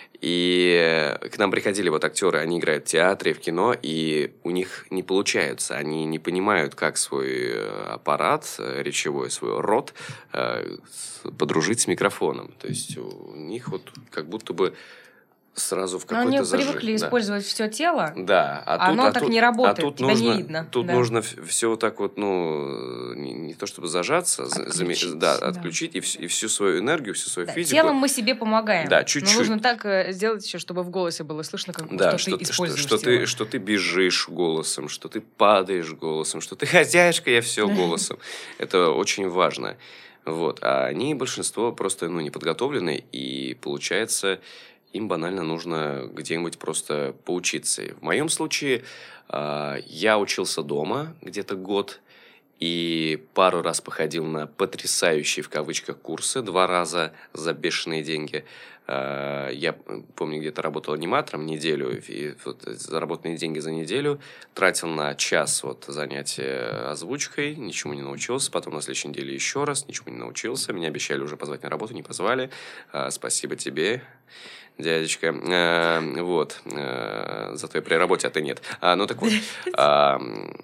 И к нам приходили вот актеры, они играют в театре, в кино, и у них не получается. Они не понимают, как свой э, аппарат э, речевой, свой рот э, с- подружить с микрофоном. То есть у них вот как будто бы сразу в Но они какой-то зажим. привыкли Да. использовать все тело. Да, а Оно тут, а так тут- не работает, а тут тебя нужно, не видно, Тут да. нужно все вот так вот, ну, не, не то чтобы зажаться, за- заме- Отключить, да, да. отключить и, вс- и всю свою энергию, всю свою Да, физику. телом мы себе помогаем. Да, Но чуть-чуть. нужно так э, сделать еще, чтобы в голосе было слышно, как, Да, что, что, ты ты- что, используешь что тело. ты, что ты бежишь голосом, что ты падаешь голосом, что ты хозяйка, я все голосом. Это очень важно. Вот. А они, большинство, просто ну, не подготовлены, и получается, им банально нужно где-нибудь просто поучиться. И в моем случае а, я учился дома где-то год, и пару раз походил на потрясающие, в кавычках, курсы, два раза за бешеные деньги. А, Я помню, где-то работал аниматором неделю, и вот заработанные деньги за неделю тратил на час вот занятия озвучкой, ничему не научился. Потом на следующей неделе еще раз, ничему не научился. Меня обещали уже позвать на работу, не позвали. А, Спасибо тебе, дядечка. А, Вот. А, Зато я при работе, а ты нет. А, Ну так вот. А,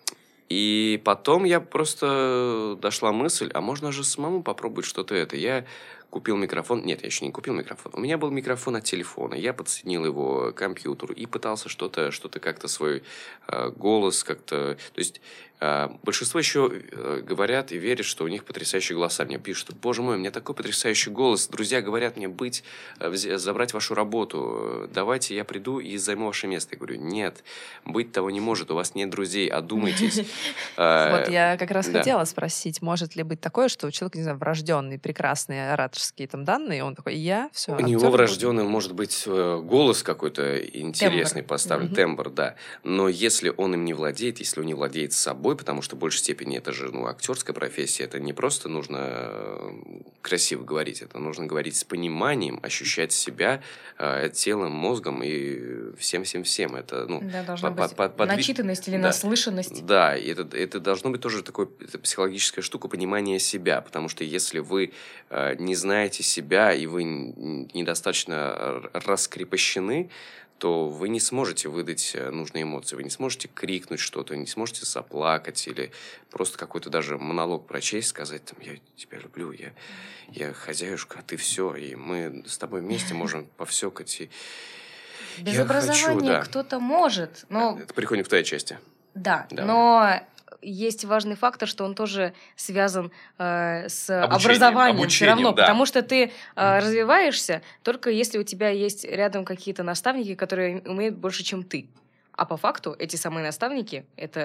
И потом я просто дошла мысль, а можно же самому попробовать что-то это. Я купил микрофон. Нет, я еще не купил микрофон. У меня был микрофон от телефона. Я подсоединил его к компьютеру и пытался что-то, что-то как-то свой э, голос как-то... То есть э, большинство еще э, говорят и верят, что у них потрясающие голоса. Мне пишут: боже мой, у меня такой потрясающий голос. Друзья говорят мне быть, э, вз- забрать вашу работу. Давайте я приду и займу ваше место. Я говорю: нет, быть того не может. У вас нет друзей, одумайтесь. Э, Вот я как раз да. хотела спросить, может ли быть такое, что у человека, не знаю, врожденные прекрасные ораторские там данные, и он такой: я все. У него врожденный может быть э, голос какой-то интересный Тембр. поставлен, Мгм. тембр, да. Но если он им не владеет, если он не владеет собой, потому что в большей степени это же ну, актерская профессия, это не просто нужно э, красиво говорить, это нужно говорить с пониманием, ощущать себя э, телом, мозгом и всем-всем-всем. Это, ну, Да, должна по- быть по- по- подви- начитанность или Да. наслышанность. Да, и это, это должно быть тоже такой это психологическая штука понимания себя, потому что если вы э, не знаете себя и вы н- недостаточно р- раскрепощены, то вы не сможете выдать э, нужные эмоции, вы не сможете крикнуть что-то, не сможете заплакать или просто какой-то даже монолог прочесть, сказать там: я тебя люблю, я, я хозяюшка, а ты все, и мы с тобой вместе можем повсекать. И Без я образования хочу, да. кто-то может, но Это переходим к твоей части. да, Да. но есть важный фактор, что он тоже связан э, с Обучением, образованием все обучением, равно, да. потому что ты э, развиваешься только если у тебя есть рядом какие-то наставники, которые умеют больше, чем ты. А по факту эти самые наставники — это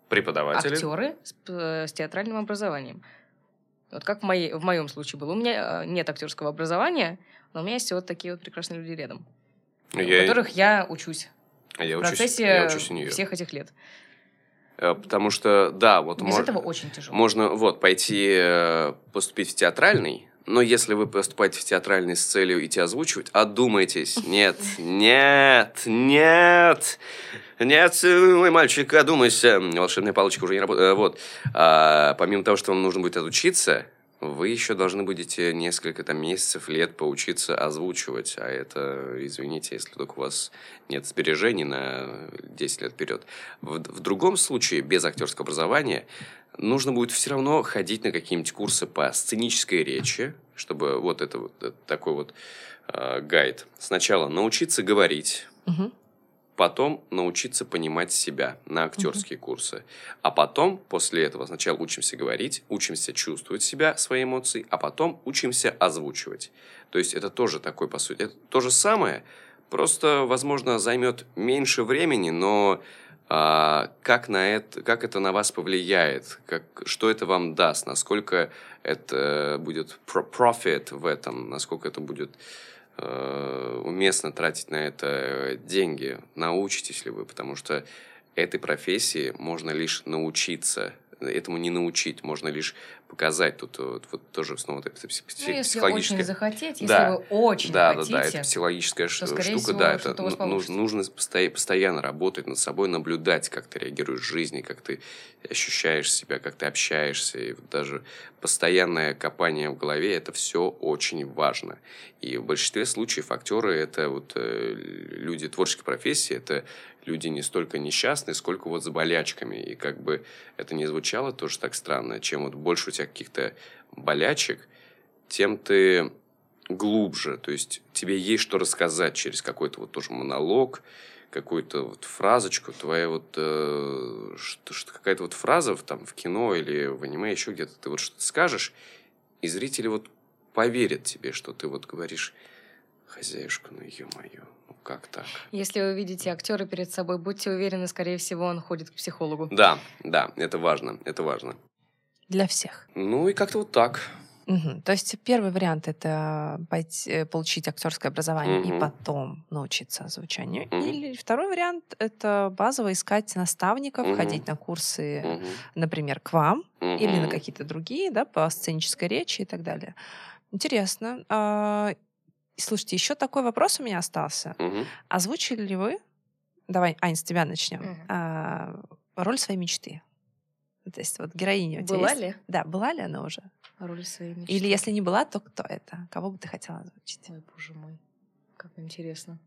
Преподаватели. актеры с, с театральным образованием. Вот как в, моей, в моем случае было. У меня нет актерского образования, но у меня есть вот такие вот прекрасные люди рядом, Я... у которых я учусь я в учусь, процессе я учусь у нее. всех этих лет. Потому что, да, вот... Без мож... этого очень тяжело. Можно вот пойти поступить в театральный, но если вы поступаете в театральный с целью идти озвучивать, одумайтесь. Нет, нет, нет, нет, мой мальчик, одумайся. Волшебная палочка уже не работает. Вот. А, помимо того, что вам нужно будет отучиться, вы еще должны будете несколько там месяцев, лет поучиться озвучивать. А это, извините, если только у вас нет сбережений на десять лет вперед. В, в другом случае, без актерского образования, нужно будет все равно ходить на какие-нибудь курсы по сценической речи, чтобы вот это вот это такой вот э, гайд. Сначала научиться говорить, Угу. потом научиться понимать себя на актерские uh-huh. курсы. А потом, после этого, сначала учимся говорить, учимся чувствовать себя, свои эмоции, а потом учимся озвучивать. То есть, это тоже такой, по сути, это то же самое, просто, возможно, займет меньше времени, но а, как, на это, как это на вас повлияет, как, что это вам даст, насколько это будет profit в этом, насколько это будет... уместно тратить на это деньги, научитесь ли вы, потому что этой профессии можно лишь научиться, этому не научить, можно лишь показать. Тут вот, вот тоже снова это псих, ну, если психологическая... очень захотеть, если да. вы очень да, хотите, да, да, это психологическая то, штука, всего, да, это нужно, нужно постоянно работать над собой, наблюдать, как ты реагируешь в жизни, как ты ощущаешь себя, как ты общаешься, и даже постоянное копание в голове, это все очень важно. И в большинстве случаев актеры это вот э, люди творческой профессии, это люди не столько несчастные, сколько вот с болячками. И как бы это ни звучало тоже так странно, чем вот больше у тебя каких-то болячек, тем ты глубже. То есть тебе есть что рассказать через какой-то вот тоже монолог, какую-то вот фразочку, твоя вот э, что, что, какая-то вот фраза в, там, в кино или в аниме, еще где-то ты вот что-то скажешь, и зрители вот поверят тебе, что ты вот говоришь: хозяюшка, ну ё-моё, ну как так? Если вы видите актера перед собой, будьте уверены, скорее всего, он ходит к психологу. Да, да, это важно, это важно. Для всех. Ну и как-то вот так. Угу. То есть первый вариант — это пойти, получить актерское образование Мгм. и потом научиться озвучанию. Мгм. Или второй вариант — это базово искать наставников, Мгм. ходить на курсы, Мгм. например, к вам или на Мгм. какие-то другие, да, по сценической речи и так далее. Интересно. А, и слушайте, еще такой вопрос у меня остался. Мгм. Озвучили ли вы, давай, Ань, с тебя начнем, Мгм. а, роль своей мечты? То есть вот героиня у тебя Была есть? ли Да, была ли она уже? роль своей мечты? Или если не была, то кто это? Кого бы ты хотела озвучить? Ой, боже мой, как интересно.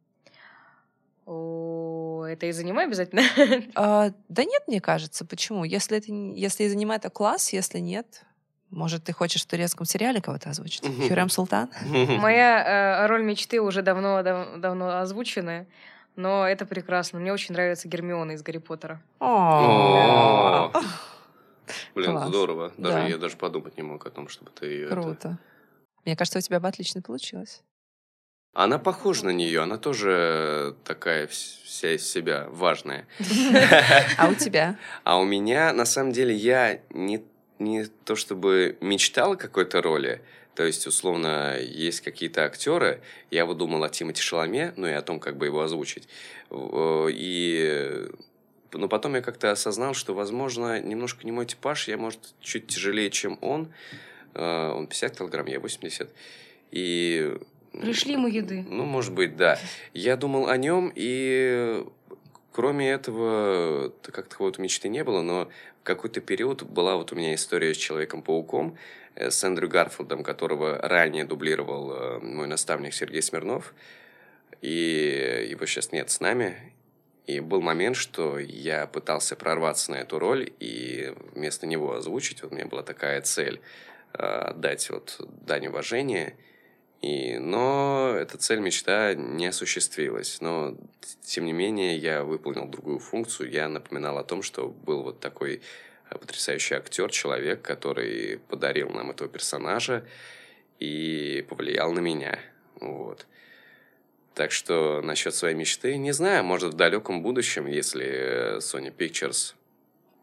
О, это из аниме обязательно? А, да нет, мне кажется. Почему? Если это не- если из аниме, это класс, если нет, может, ты хочешь в турецком сериале кого-то озвучить? Мгм. Хюррем Султан? Моя э, роль мечты уже давно, дав- давно озвучена, но это прекрасно. Мне очень нравится Гермиона из Гарри Поттера. О, О, Блин, Класс. здорово. Даже Да. я даже подумать не мог о том, чтобы ты ее... Круто. Мне кажется, у тебя бы отлично получилось. Она похожа на нее, она тоже такая вс- вся из себя важная. А у тебя? А у меня, на самом деле, я не, не то чтобы мечтал о какой-то роли. То есть, условно, есть какие-то актеры. Я вот думал о Тимоти Шаломе, ну и о том, как бы его озвучить. Э, И... Но потом я как-то осознал, что, возможно, немножко не мой типаж. Я, может, чуть тяжелее, чем он. Э, Он пятьдесят килограмм, я восемьдесят. И... Пришли ему еды. Ну, может быть, да. Я думал о нем, и кроме этого, т- как таковой мечты не было, но в какой-то период была вот у меня история с Человеком-пауком, э, с Эндрю Гарфилдом, которого ранее дублировал э, мой наставник Сергей Смирнов, и его сейчас нет с нами. И был момент, что я пытался прорваться на эту роль и вместо него озвучить. Вот у меня была такая цель э, отдать вот дань уважения. И, но эта цель, мечта не осуществилась. Но, тем не менее, я выполнил другую функцию. Я напоминал о том, что был вот такой э, потрясающий актер, человек, который подарил нам этого персонажа и повлиял на меня. Вот. Так что насчет своей мечты, не знаю, может, в далеком будущем, если э, Sony Pictures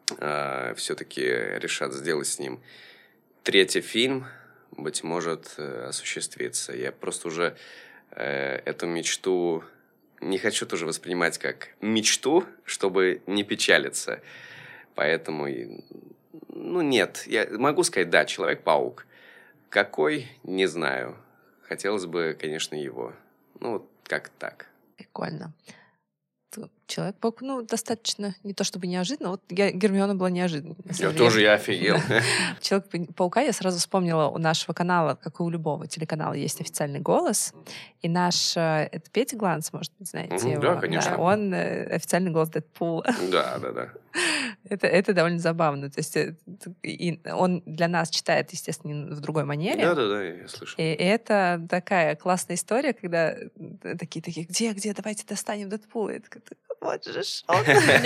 э, все-таки решат сделать с ним третий фильм, быть может, э, осуществится. Я просто уже э, эту мечту не хочу тоже воспринимать как мечту, чтобы не печалиться. Поэтому, ну нет, я могу сказать, да, Человек-паук. Какой, не знаю. Хотелось бы, конечно, его. Ну, вот как так. Прикольно. Человек-паук, ну, достаточно, не то чтобы неожиданно. Вот я, Гермиона была неожиданной. Я тоже, я офигел. Человек-паука я сразу вспомнила, у нашего канала, как и у любого телеканала, есть официальный голос. И наш, это Петя Гланс, может быть, знаете его? Да, конечно. Он официальный голос Дэдпула. Да, да, да. Это, это довольно забавно. То есть и он для нас читает, естественно, в другой манере. Да, да, да, я слышал. И это такая классная история, когда такие такие, где, где, давайте достанем Дэдпула. И такая, вот же ж он.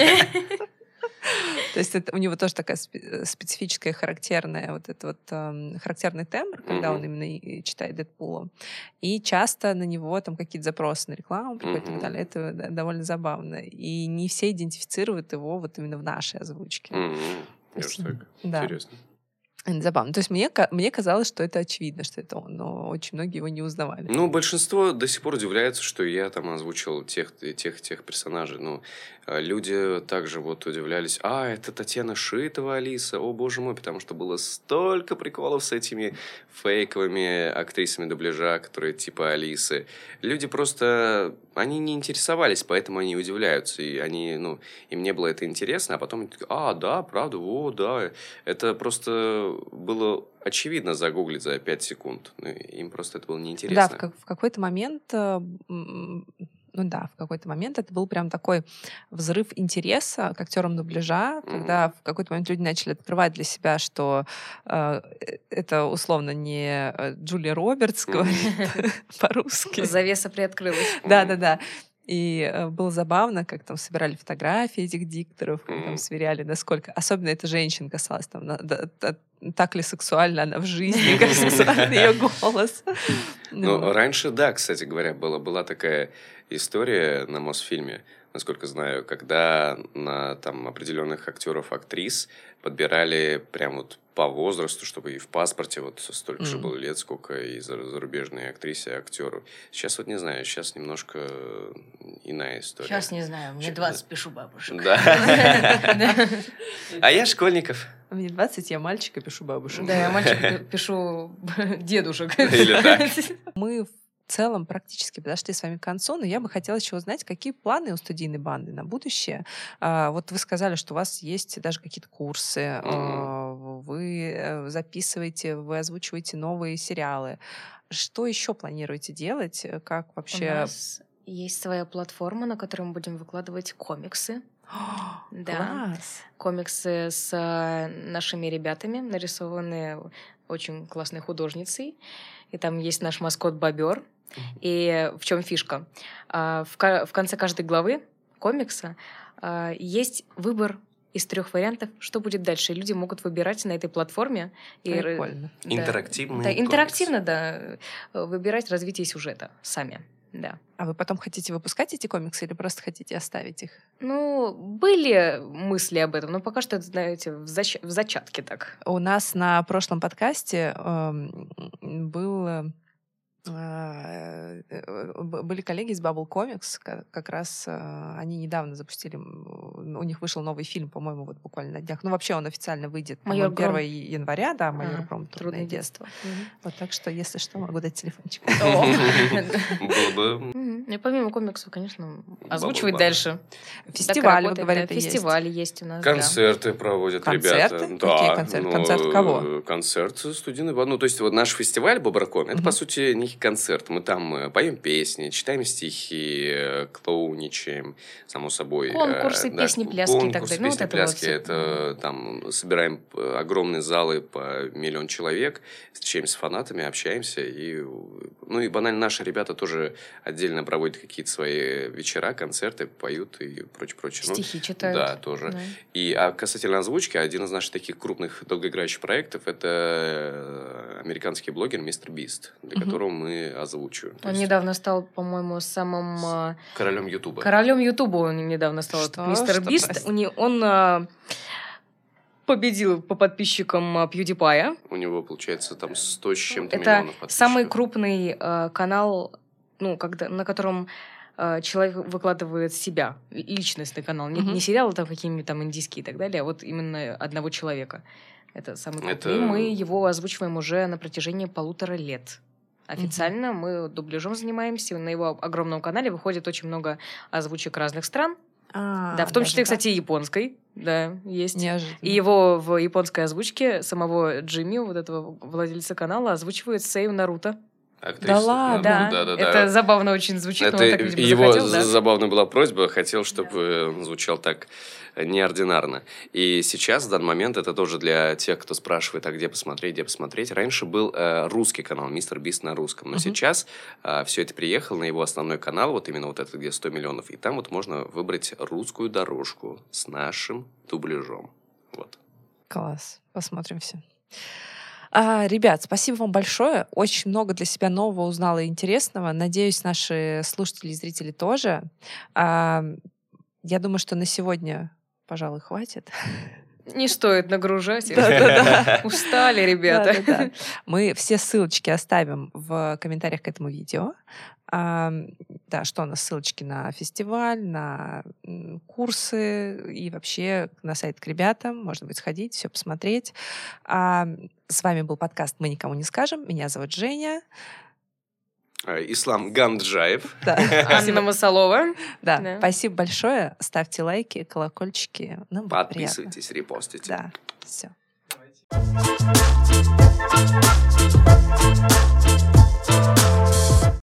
То есть это, у него тоже такая специфическая, характерная, вот этот вот э, характерный тембр, когда mm-hmm. он именно читает Дэдпула. И часто на него там какие-то запросы на рекламу приходят mm-hmm. и так далее. Это да, довольно забавно. И не все идентифицируют его вот именно в нашей озвучке. Mm-hmm. Есть, так. Да. Интересно. Это забавно. То есть мне, мне казалось, что это очевидно, что это он, но очень многие его не узнавали. Ну, большинство до сих пор удивляется, что я там озвучил тех, тех, тех персонажей. Ну, люди также вот удивлялись, а, это Татьяна Шитова, Алиса, о боже мой, потому что было столько приколов с этими фейковыми актрисами дубляжа, которые типа Алисы. Люди просто, они не интересовались, поэтому они удивляются, и они, ну, им не было это интересно, а потом они такие, а, да, правда, о, да, это просто было очевидно загуглить за пять секунд. Им просто это было неинтересно. Да, в, как, в какой-то момент, ну да, в какой-то момент это был прям такой взрыв интереса к актерам дубляжа, mm-hmm. когда в какой-то момент люди начали открывать для себя, что э, это условно не Джулия Робертс mm-hmm. говорит по-русски. Завеса приоткрылась. Да-да-да. И э, было забавно, как там собирали фотографии этих дикторов, как mm-hmm. там сверяли, насколько... Особенно эта женщина касалась, там, на, да, да, так ли сексуальна она в жизни, как сексуальный ее голос. Ну, раньше, да, кстати говоря, была, была такая история на Мосфильме, насколько знаю, когда на там определенных актеров, актрис подбирали прям вот по возрасту, чтобы и в паспорте вот столько mm. же было лет, сколько и зарубежной актрисе, актеру. Сейчас вот не знаю, сейчас немножко иная история. Сейчас не знаю, мне двадцать, пишу бабушек. Да. А я школьников. Мне двадцать, я мальчик и пишу бабушек. Да, я мальчик пишу дедушек. Или так. Мы в целом практически подошли с вами к концу, но я бы хотела еще узнать, какие планы у студийной банды на будущее. А, вот вы сказали, что у вас есть даже какие-то курсы, mm-hmm. вы записываете, вы озвучиваете новые сериалы. Что еще планируете делать? Как вообще... У нас есть своя платформа, на которой мы будем выкладывать комиксы. Да. Класс. Комиксы с нашими ребятами, нарисованные очень классной художницей. И там есть наш маскот Бобер. И в чем фишка? В конце каждой главы комикса есть выбор из трех вариантов, что будет дальше. И люди могут выбирать на этой платформе. Прикольно. И, интерактивно. Да, интерактивно, да, выбирать развитие сюжета сами. Да. А вы потом хотите выпускать эти комиксы или просто хотите оставить их? Ну, были мысли об этом, но пока что это, знаете, в, зач... в зачатке так. У нас на прошлом подкасте э, был... Э, были коллеги из Bubble Comics, как раз э, они недавно запустили, у них вышел новый фильм, по-моему, вот буквально на днях. Ну, вообще он официально выйдет первого января, да, «Майор Гром. Трудное детство». Вот, так что, если что, могу дать телефончик. Было бы... И помимо комиксов, конечно, озвучивать дальше. Фестивали, вы говорите, есть. Фестивали есть у нас, концерты проводят ребята. Какие концерты? Концерт кого? Концерт студийный банды. Ну, то есть вот наш фестиваль Бобракон, это, по сути, некий концерт. Мы там поем песни, читаем стихи, клоуничаем, само собой. Конкурсы, песни, пляски и так далее. Конкурсы, песни, пляски. Это там собираем огромные залы по миллион человек, встречаемся с фанатами, общаемся. И, ну и банально наши ребята тоже отдельно проводят какие-то свои вечера, концерты, поют и прочее, прочее. Стихи ну, читают. Да, тоже. Да. И а касательно озвучки, один из наших таких крупных долгоиграющих проектов — это американский блогер мистер Бист, для угу. которого мы озвучиваем. Он есть... недавно стал, по-моему, самым... Королем Ютуба. Королем Ютуба он недавно стал. Что? Мистер Что Бист. Он... победил по подписчикам PewDiePie. У него, получается, там сто с чем-то Это миллионов подписчиков. самый крупный э, канал, ну, когда, на котором э, человек выкладывает себя, личностный канал. Не, Мгм. не сериалы там какие-нибудь там индийские и так далее, а вот именно одного человека. Это самый крупный. Это- И мы его озвучиваем уже на протяжении полутора лет. Официально мы дубляжом занимаемся. На его огромном канале выходит очень много озвучек разных стран. А, да, в том даже числе, так? кстати, и японской. Да, есть. Неожиданно. И его в японской озвучке самого Джимми, вот этого владельца канала, озвучивает Сэйю Наруто. Актриса. Да ладно? Да, да, да, это да. забавно очень звучит, Это но он так, видимо, его захотел, да. забавная была просьба, хотел, чтобы он звучал так неординарно. И сейчас, в данный момент, это тоже для тех, кто спрашивает, а где посмотреть, где посмотреть. Раньше был э, русский канал, Мистер Бист на русском, но Мгм. сейчас э, все это приехало на его основной канал, вот именно вот этот, где сто миллионов, и там вот можно выбрать русскую дорожку с нашим дубляжом. Вот. Класс. Посмотрим все. А, ребят, спасибо вам большое. Очень много для себя нового узнала и интересного. Надеюсь, наши слушатели и зрители тоже. А, я думаю, что на сегодня, пожалуй, хватит. Не стоит нагружать их. Да-да-да. Устали, ребята. Да-да-да. Мы все ссылочки оставим в комментариях к этому видео. А, да, что у нас ссылочки на фестиваль, на м, курсы и вообще на сайт к ребятам. Можно будет сходить, все посмотреть. А, с вами был подкаст «Мы никому не скажем». Меня зовут Женя. Э, Ислам Гамджаев. Да, Анна спасибо. Масалова. Да, Да. спасибо большое. Ставьте лайки, колокольчики. Нам будет приятно. Подписывайтесь, репостите. Да, все. Давайте.